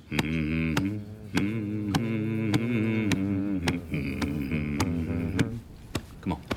Come on.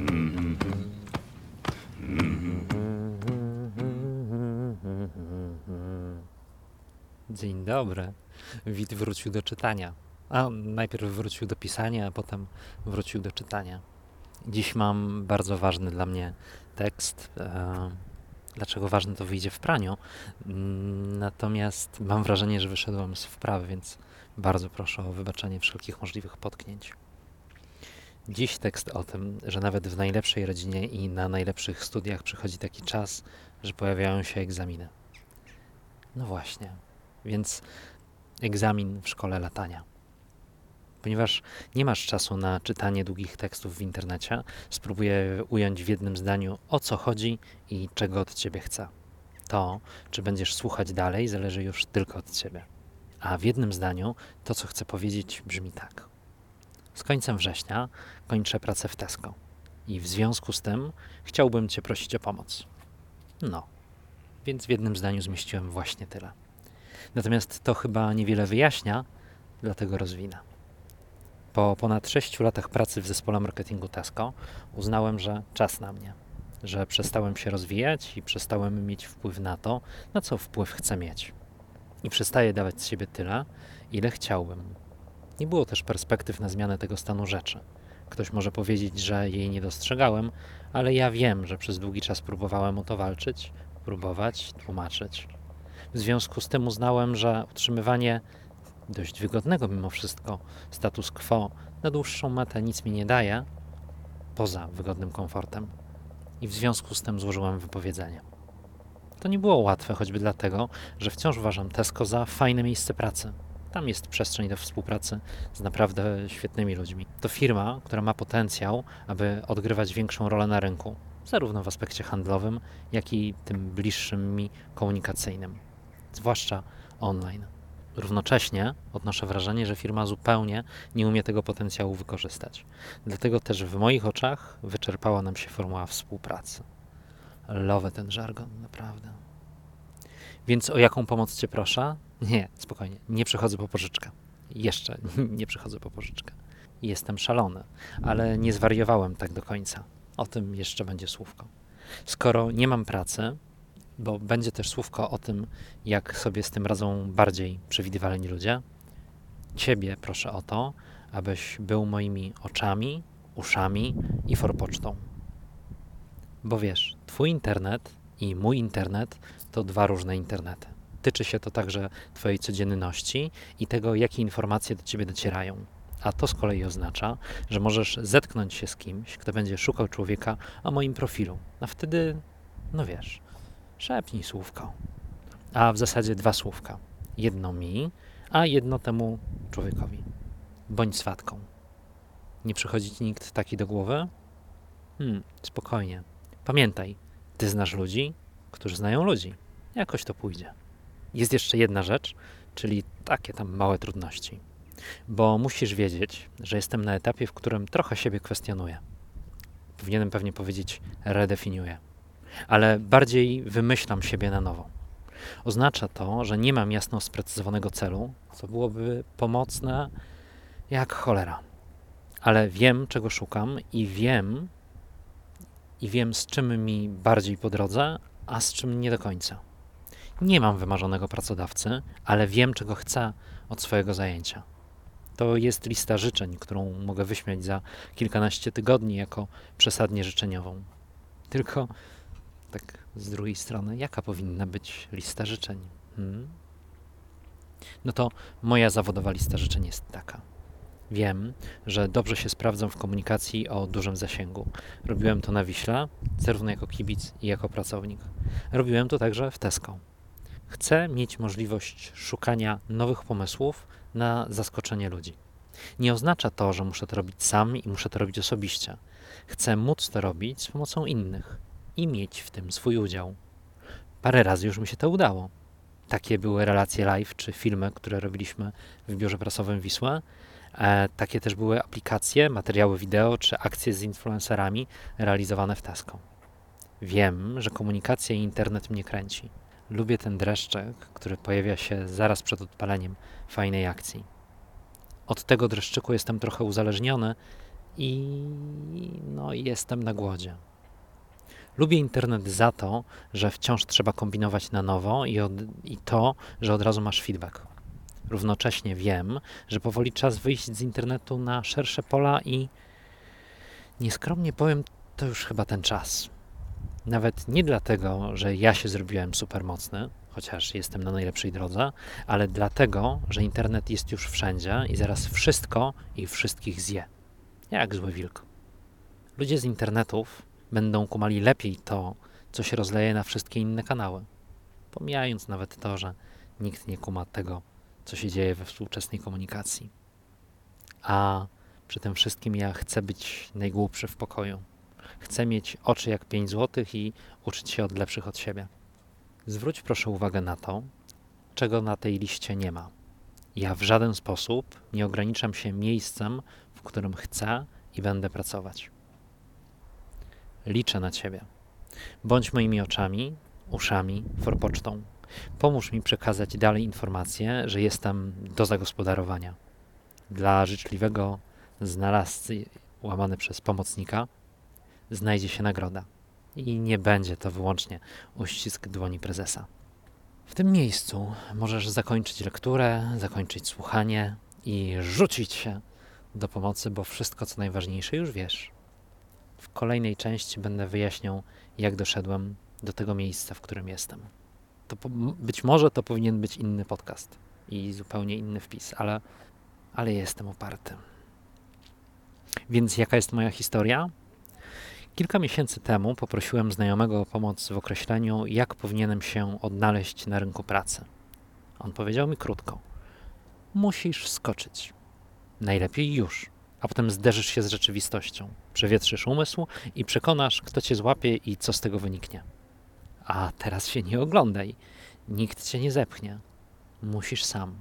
Dzień dobry. Wit wrócił do czytania. A najpierw wrócił do pisania, a potem wrócił do czytania. Dziś mam bardzo ważny dla mnie tekst. Dlaczego ważny, to wyjdzie w praniu. Natomiast mam wrażenie, że wyszedłem z wprawy, więc bardzo proszę o wybaczenie wszelkich możliwych potknięć. Dziś tekst o tym, że nawet w najlepszej rodzinie i na najlepszych studiach przychodzi taki czas, że pojawiają się egzaminy. No właśnie, więc egzamin w szkole latania. Ponieważ nie masz czasu na czytanie długich tekstów w internecie, spróbuję ująć w jednym zdaniu, o co chodzi i czego od ciebie chcę. To, czy będziesz słuchać dalej, zależy już tylko od ciebie. A w jednym zdaniu to, co chcę powiedzieć, brzmi tak. Z końcem września kończę pracę w Tesco i w związku z tym chciałbym cię prosić o pomoc. No, więc w jednym zdaniu zmieściłem właśnie tyle. Natomiast to chyba niewiele wyjaśnia, dlatego rozwinę. Po ponad 6 latach pracy w zespole marketingu Tesco uznałem, że czas na mnie, że przestałem się rozwijać i przestałem mieć wpływ na to, na co wpływ chcę mieć. I przestaję dawać z siebie tyle, ile chciałbym. Nie było też perspektyw na zmianę tego stanu rzeczy. Ktoś może powiedzieć, że jej nie dostrzegałem, ale ja wiem, że przez długi czas próbowałem o to walczyć, próbować, tłumaczyć. W związku z tym uznałem, że utrzymywanie dość wygodnego mimo wszystko status quo na dłuższą metę nic mi nie daje, poza wygodnym komfortem. I w związku z tym złożyłem wypowiedzenie. To nie było łatwe, choćby dlatego, że wciąż uważam Tesco za fajne miejsce pracy. Tam jest przestrzeń do współpracy z naprawdę świetnymi ludźmi. To firma, która ma potencjał, aby odgrywać większą rolę na rynku, zarówno w aspekcie handlowym, jak i tym bliższym mi komunikacyjnym, zwłaszcza online. Równocześnie odnoszę wrażenie, że firma zupełnie nie umie tego potencjału wykorzystać. Dlatego też w moich oczach wyczerpała nam się formuła współpracy. Love ten żargon, naprawdę. Więc o jaką pomoc cię proszę? Nie, spokojnie, nie przychodzę po pożyczkę. Jeszcze nie przychodzę po pożyczkę. Jestem szalony, ale nie zwariowałem tak do końca. O tym jeszcze będzie słówko. Skoro nie mam pracy, bo będzie też słówko o tym, jak sobie z tym radzą bardziej przewidywalni ludzie, ciebie proszę o to, abyś był moimi oczami, uszami i forpocztą. Bo wiesz, twój internet i mój internet to dwa różne internety. Tyczy się to także twojej codzienności i tego, jakie informacje do ciebie docierają. A to z kolei oznacza, że możesz zetknąć się z kimś, kto będzie szukał człowieka o moim profilu. A wtedy, no wiesz, szepnij słówko. A w zasadzie 2 słówka. Jedno mi, a jedno temu człowiekowi. Bądź swatką. Nie przychodzi ci nikt taki do głowy? Spokojnie. Pamiętaj, ty znasz ludzi, którzy znają ludzi. Jakoś to pójdzie. Jest jeszcze jedna rzecz, czyli takie tam małe trudności. Bo musisz wiedzieć, że jestem na etapie, w którym trochę siebie kwestionuję. Powinienem pewnie powiedzieć redefiniuję. Ale bardziej wymyślam siebie na nowo. Oznacza to, że nie mam jasno sprecyzowanego celu, co byłoby pomocne jak cholera. Ale wiem, czego szukam i wiem, z czym mi bardziej po drodze, a z czym nie do końca. Nie mam wymarzonego pracodawcy, ale wiem, czego chcę od swojego zajęcia. To jest lista życzeń, którą mogę wyśmiać za kilkanaście tygodni jako przesadnie życzeniową. Tylko tak z drugiej strony, jaka powinna być lista życzeń? No to moja zawodowa lista życzeń jest taka. Wiem, że dobrze się sprawdzam w komunikacji o dużym zasięgu. Robiłem to na Wiśle, zarówno jako kibic i jako pracownik. Robiłem to także w Tesco. Chcę mieć możliwość szukania nowych pomysłów na zaskoczenie ludzi. Nie oznacza to, że muszę to robić sam i muszę to robić osobiście. Chcę móc to robić z pomocą innych i mieć w tym swój udział. Parę razy już mi się to udało. Takie były relacje live czy filmy, które robiliśmy w biurze prasowym Wisła. Takie też były aplikacje, materiały wideo czy akcje z influencerami realizowane w Tesco. Wiem, że komunikacja i internet mnie kręci. Lubię ten dreszczyk, który pojawia się zaraz przed odpaleniem fajnej akcji. Od tego dreszczyku jestem trochę uzależniony i jestem na głodzie. Lubię internet za to, że wciąż trzeba kombinować na nowo i to, że od razu masz feedback. Równocześnie wiem, że powoli czas wyjść z internetu na szersze pola i nieskromnie powiem, to już chyba ten czas. Nawet nie dlatego, że ja się zrobiłem supermocny, chociaż jestem na najlepszej drodze, ale dlatego, że internet jest już wszędzie i zaraz wszystko i wszystkich zje. Jak zły wilk. Ludzie z internetów będą kumali lepiej to, co się rozleje na wszystkie inne kanały. Pomijając nawet to, że nikt nie kuma tego, co się dzieje we współczesnej komunikacji. A przy tym wszystkim ja chcę być najgłupszy w pokoju. Chcę mieć oczy jak 5 złotych i uczyć się od lepszych od siebie. Zwróć proszę uwagę na to, czego na tej liście nie ma. Ja w żaden sposób nie ograniczam się miejscem, w którym chcę i będę pracować. Liczę na Ciebie. Bądź moimi oczami, uszami, forpocztą. Pomóż mi przekazać dalej informacje, że jestem do zagospodarowania. Dla życzliwego znalazcy łamany przez pomocnika znajdzie się nagroda. I nie będzie to wyłącznie uścisk dłoni prezesa. W tym miejscu możesz zakończyć lekturę, zakończyć słuchanie i rzucić się do pomocy, bo wszystko co najważniejsze już wiesz. W kolejnej części będę wyjaśniał, jak doszedłem do tego miejsca, w którym jestem. Być może to powinien być inny podcast i zupełnie inny wpis, ale jestem uparty. Więc jaka jest moja historia? Kilka miesięcy temu poprosiłem znajomego o pomoc w określeniu, jak powinienem się odnaleźć na rynku pracy. On powiedział mi krótko: musisz skoczyć. Najlepiej już, a potem zderzysz się z rzeczywistością, przewietrzysz umysł i przekonasz, kto cię złapie i co z tego wyniknie. A teraz się nie oglądaj. Nikt cię nie zepchnie. Musisz sam.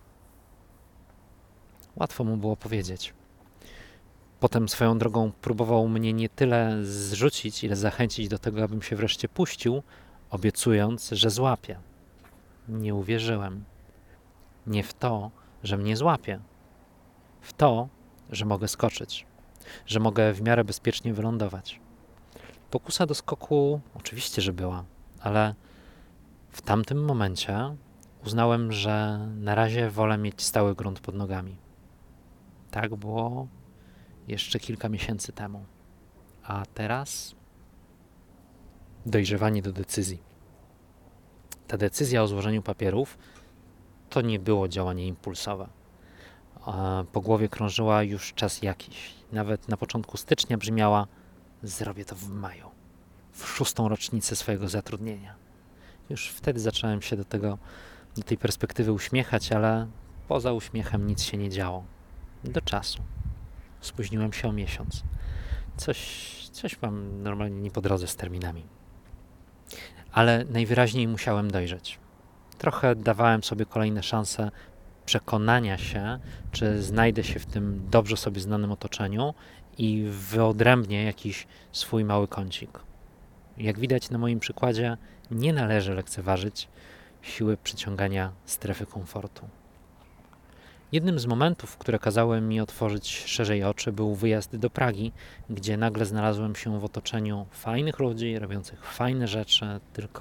Łatwo mu było powiedzieć. Potem swoją drogą próbował mnie nie tyle zrzucić, ile zachęcić do tego, abym się wreszcie puścił, obiecując, że złapie. Nie uwierzyłem. Nie w to, że mnie złapie. W to, że mogę skoczyć. Że mogę w miarę bezpiecznie wylądować. Pokusa do skoku oczywiście, że była, ale w tamtym momencie uznałem, że na razie wolę mieć stały grunt pod nogami. Tak było jeszcze kilka miesięcy temu. A teraz dojrzewanie do decyzji. Ta decyzja o złożeniu papierów to nie było działanie impulsowe. Po głowie krążyła już czas jakiś. Nawet na początku stycznia brzmiała: zrobię to w maju, w 6. rocznicę swojego zatrudnienia. Już wtedy zacząłem się do tej perspektywy uśmiechać, ale poza uśmiechem nic się nie działo. Do czasu. Spóźniłem się o miesiąc. Coś mam normalnie nie po drodze z terminami. Ale najwyraźniej musiałem dojrzeć. Trochę dawałem sobie kolejne szanse przekonania się, czy znajdę się w tym dobrze sobie znanym otoczeniu i wyodrębnię jakiś swój mały kącik. Jak widać na moim przykładzie, nie należy lekceważyć siły przyciągania strefy komfortu. Jednym z momentów, które kazały mi otworzyć szerzej oczy, był wyjazd do Pragi, gdzie nagle znalazłem się w otoczeniu fajnych ludzi, robiących fajne rzeczy,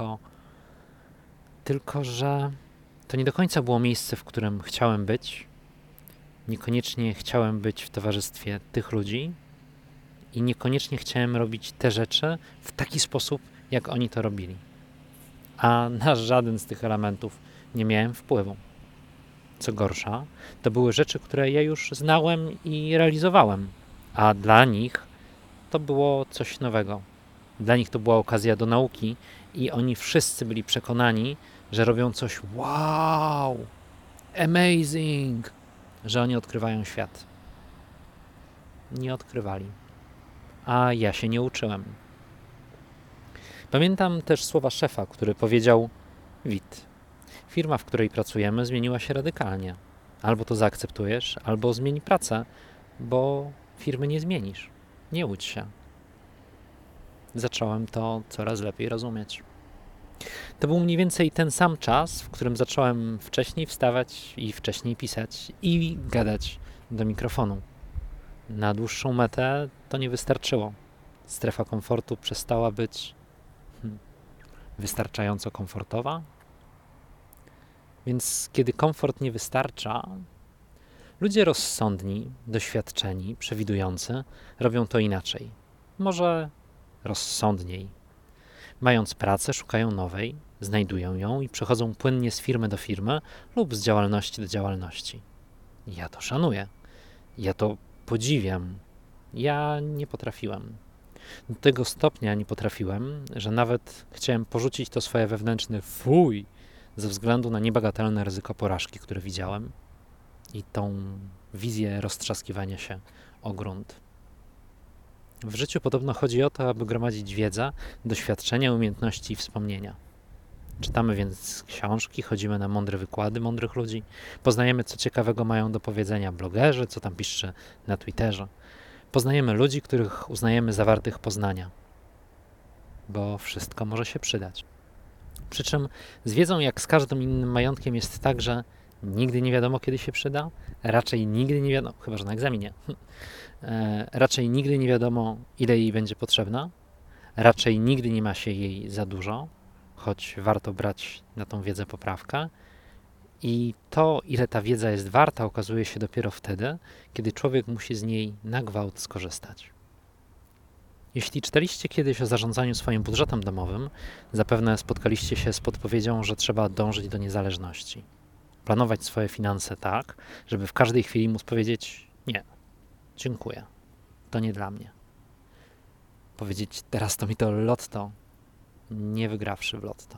tylko że to nie do końca było miejsce, w którym chciałem być. Niekoniecznie chciałem być w towarzystwie tych ludzi i niekoniecznie chciałem robić te rzeczy w taki sposób, jak oni to robili. A na żaden z tych elementów nie miałem wpływu. Co gorsza, to były rzeczy, które ja już znałem i realizowałem, a dla nich to było coś nowego. Dla nich to była okazja do nauki i oni wszyscy byli przekonani, że robią coś wow, amazing, że oni odkrywają świat. Nie odkrywali, a ja się nie uczyłem. Pamiętam też słowa szefa, który powiedział: Wit, firma, w której pracujemy, zmieniła się radykalnie. Albo to zaakceptujesz, albo zmień pracę, bo firmy nie zmienisz. Nie łudź się. Zacząłem to coraz lepiej rozumieć. To był mniej więcej ten sam czas, w którym zacząłem wcześniej wstawać i wcześniej pisać i gadać do mikrofonu. Na dłuższą metę to nie wystarczyło. Strefa komfortu przestała być wystarczająco komfortowa. Więc kiedy komfort nie wystarcza, ludzie rozsądni, doświadczeni, przewidujący robią to inaczej. Może rozsądniej. Mając pracę, szukają nowej, znajdują ją i przechodzą płynnie z firmy do firmy lub z działalności do działalności. Ja to szanuję. Ja to podziwiam. Ja nie potrafiłem. Do tego stopnia nie potrafiłem, że nawet chciałem porzucić to swoje wewnętrzne fuj ze względu na niebagatelne ryzyko porażki, które widziałem i tą wizję roztrzaskiwania się o grunt. W życiu podobno chodzi o to, aby gromadzić wiedzę, doświadczenia, umiejętności i wspomnienia. Czytamy więc książki, chodzimy na mądre wykłady mądrych ludzi, poznajemy, co ciekawego mają do powiedzenia blogerzy, co tam pisze na Twitterze. Poznajemy ludzi, których uznajemy za wartych poznania, bo wszystko może się przydać. Przy czym z wiedzą, jak z każdym innym majątkiem, jest tak, że nigdy nie wiadomo, kiedy się przyda, raczej nigdy nie wiadomo, chyba że na egzaminie, raczej nigdy nie wiadomo, ile jej będzie potrzebna, raczej nigdy nie ma się jej za dużo, choć warto brać na tą wiedzę poprawkę. I to, ile ta wiedza jest warta, okazuje się dopiero wtedy, kiedy człowiek musi z niej na gwałt skorzystać. Jeśli czytaliście kiedyś o zarządzaniu swoim budżetem domowym, zapewne spotkaliście się z podpowiedzią, że trzeba dążyć do niezależności. Planować swoje finanse tak, żeby w każdej chwili móc powiedzieć: nie, dziękuję, to nie dla mnie. Powiedzieć: teraz to mi to lotto, nie wygrawszy w lotto.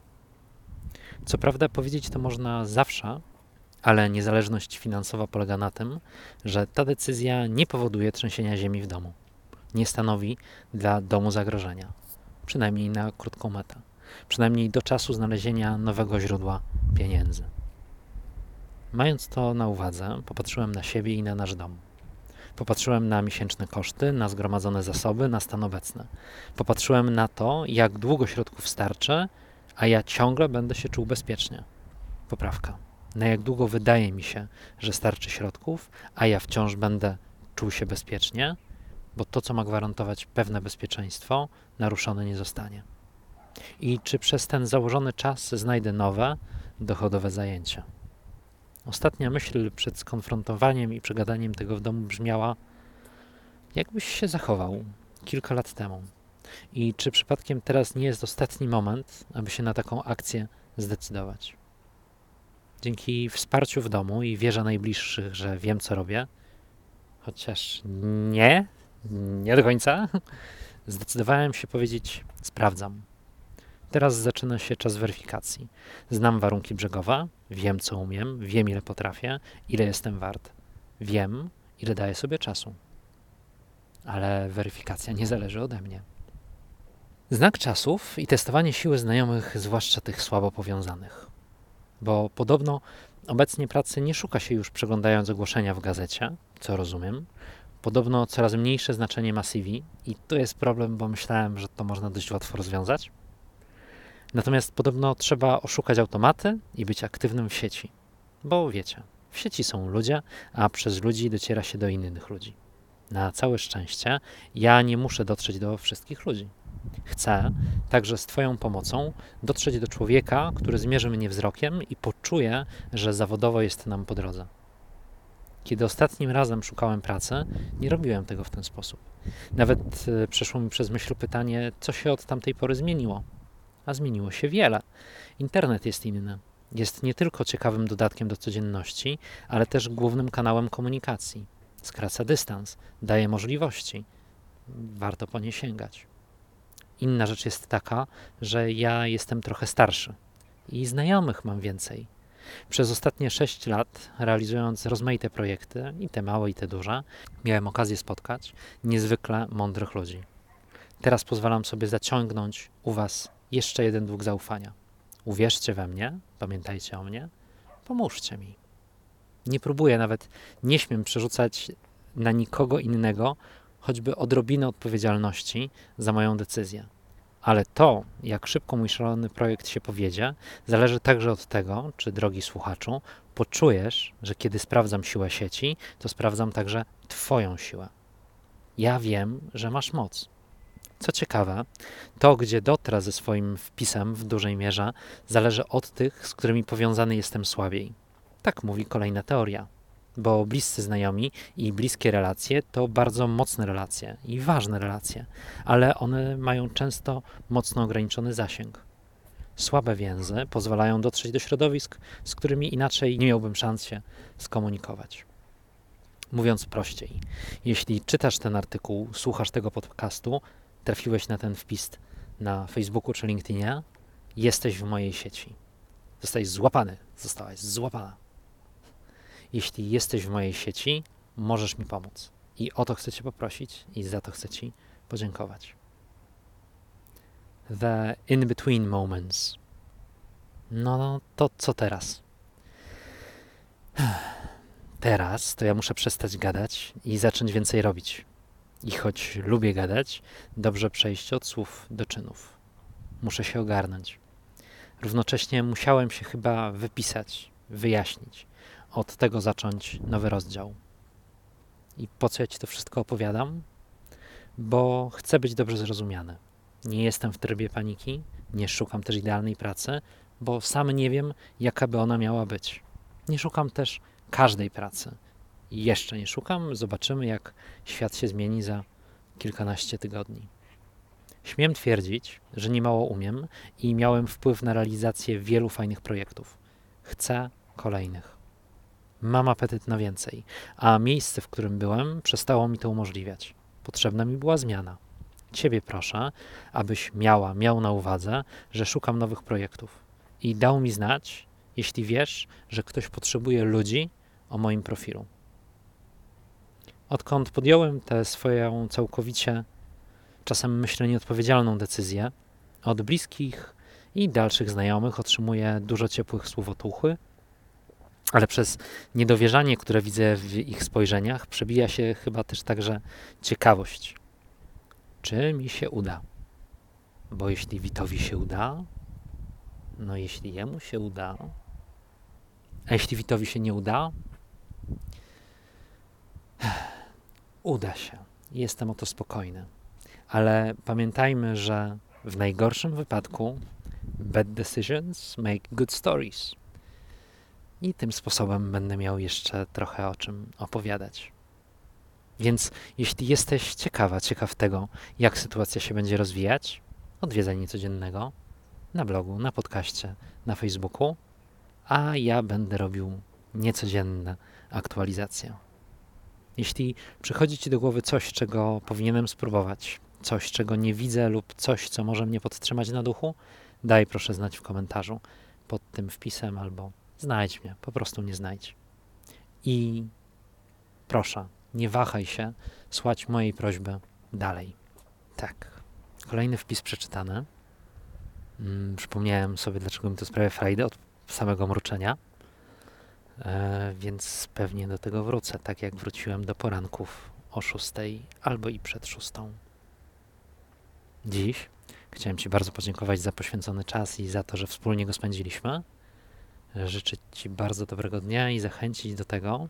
Co prawda powiedzieć to można zawsze, ale niezależność finansowa polega na tym, że ta decyzja nie powoduje trzęsienia ziemi w domu. Nie stanowi dla domu zagrożenia, przynajmniej na krótką metę, przynajmniej do czasu znalezienia nowego źródła pieniędzy. Mając to na uwadze, popatrzyłem na siebie i na nasz dom. Popatrzyłem na miesięczne koszty, na zgromadzone zasoby, na stan obecny. Popatrzyłem na to, jak długo środków starczy, a ja ciągle będę się czuł bezpiecznie. Poprawka. Na jak długo wydaje mi się, że starczy środków, a ja wciąż będę czuł się bezpiecznie, bo to, co ma gwarantować pewne bezpieczeństwo, naruszone nie zostanie. I czy przez ten założony czas znajdę nowe, dochodowe zajęcie. Ostatnia myśl przed skonfrontowaniem i przegadaniem tego w domu brzmiała: jakbyś się zachował kilka lat temu. I czy przypadkiem teraz nie jest ostatni moment, aby się na taką akcję zdecydować? Dzięki wsparciu w domu i wierze najbliższych, że wiem, co robię, chociaż nie do końca, zdecydowałem się powiedzieć: sprawdzam. Teraz zaczyna się czas weryfikacji. Znam warunki brzegowe, wiem, co umiem, wiem, ile potrafię, ile jestem wart. Wiem, ile daję sobie czasu. Ale weryfikacja nie zależy ode mnie. Znak czasów i testowanie siły znajomych, zwłaszcza tych słabo powiązanych. Bo podobno obecnie pracy nie szuka się już przeglądając ogłoszenia w gazecie, co rozumiem. Podobno coraz mniejsze znaczenie ma CV i to jest problem, bo myślałem, że to można dość łatwo rozwiązać. Natomiast podobno trzeba oszukać automaty i być aktywnym w sieci. Bo wiecie, w sieci są ludzie, a przez ludzi dociera się do innych ludzi. Na całe szczęście ja nie muszę dotrzeć do wszystkich ludzi. Chcę, także z Twoją pomocą, dotrzeć do człowieka, który zmierzy mnie wzrokiem i poczuje, że zawodowo jest nam po drodze. Kiedy ostatnim razem szukałem pracy, nie robiłem tego w ten sposób. Nawet przeszło mi przez myśl pytanie, co się od tamtej pory zmieniło. A zmieniło się wiele. Internet jest inny. Jest nie tylko ciekawym dodatkiem do codzienności, ale też głównym kanałem komunikacji. Skraca dystans, daje możliwości. Warto po nie sięgać. Inna rzecz jest taka, że ja jestem trochę starszy i znajomych mam więcej. Przez ostatnie 6 lat, realizując rozmaite projekty, i te małe, i te duże, miałem okazję spotkać niezwykle mądrych ludzi. Teraz pozwalam sobie zaciągnąć u Was jeszcze jeden dług zaufania. Uwierzcie we mnie, pamiętajcie o mnie, pomóżcie mi. Nie próbuję, nawet nie śmiem przerzucać na nikogo innego choćby odrobinę odpowiedzialności za moją decyzję. Ale to, jak szybko mój szalony projekt się powiedzie, zależy także od tego, czy, drogi słuchaczu, poczujesz, że kiedy sprawdzam siłę sieci, to sprawdzam także Twoją siłę. Ja wiem, że masz moc. Co ciekawe, to, gdzie dotrę ze swoim wpisem w dużej mierze, zależy od tych, z którymi powiązany jestem słabiej. Tak mówi kolejna teoria. Bo bliscy znajomi i bliskie relacje to bardzo mocne relacje i ważne relacje, ale one mają często mocno ograniczony zasięg. Słabe więzy pozwalają dotrzeć do środowisk, z którymi inaczej nie miałbym szans się skomunikować. Mówiąc prościej, jeśli czytasz ten artykuł, słuchasz tego podcastu, trafiłeś na ten wpis na Facebooku czy LinkedInie, jesteś w mojej sieci. Zostałeś złapany, zostałaś złapana. Jeśli jesteś w mojej sieci, możesz mi pomóc. I o to chcę Cię poprosić i za to chcę Ci podziękować. The in-between moments. No to co teraz? Teraz to ja muszę przestać gadać i zacząć więcej robić. I choć lubię gadać, dobrze przejść od słów do czynów. Muszę się ogarnąć. Równocześnie musiałem się chyba wypisać, wyjaśnić. Od tego zacząć nowy rozdział. I po co ja Ci to wszystko opowiadam? Bo chcę być dobrze zrozumiany. Nie jestem w trybie paniki, nie szukam też idealnej pracy, bo sam nie wiem, jaka by ona miała być. Nie szukam też każdej pracy. I jeszcze nie szukam, zobaczymy, jak świat się zmieni za kilkanaście tygodni. Śmiem twierdzić, że niemało umiem i miałem wpływ na realizację wielu fajnych projektów. Chcę kolejnych. Mam apetyt na więcej, a miejsce, w którym byłem, przestało mi to umożliwiać. Potrzebna mi była zmiana. Ciebie proszę, abyś miał na uwadze, że szukam nowych projektów i dał mi znać, jeśli wiesz, że ktoś potrzebuje ludzi o moim profilu. Odkąd podjąłem tę swoją całkowicie, czasem myślę nieodpowiedzialną decyzję, od bliskich i dalszych znajomych otrzymuję dużo ciepłych słów otuchy, ale przez niedowierzanie, które widzę w ich spojrzeniach, przebija się chyba też także ciekawość. Czy mi się uda? Bo jeśli Witowi się uda, no jeśli jemu się uda, a jeśli Witowi się nie uda, uda się. Jestem o to spokojny. Ale pamiętajmy, że w najgorszym wypadku bad decisions make good stories. I tym sposobem będę miał jeszcze trochę o czym opowiadać. Więc jeśli jesteś ciekaw tego, jak sytuacja się będzie rozwijać, odwiedzaj Niecodziennego na blogu, na podcaście, na Facebooku, a ja będę robił niecodzienne aktualizacje. Jeśli przychodzi Ci do głowy coś, czego powinienem spróbować, coś, czego nie widzę lub coś, co może mnie podtrzymać na duchu, daj proszę znać w komentarzu pod tym wpisem albo znajdź mnie, po prostu mnie znajdź. I proszę, nie wahaj się słać mojej prośby dalej. Tak. Kolejny wpis przeczytany. Przypomniałem sobie, dlaczego mi to sprawia frajdę od samego mruczenia. Więc pewnie do tego wrócę, tak jak wróciłem do poranków o 6 albo i przed 6. Dziś chciałem Ci bardzo podziękować za poświęcony czas i za to, że wspólnie go spędziliśmy. Życzę Ci bardzo dobrego dnia i zachęcić do tego,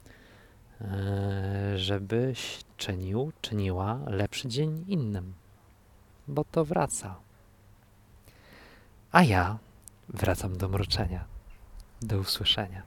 żebyś czyniła lepszy dzień innym, bo to wraca. A ja wracam do mruczenia. Do usłyszenia.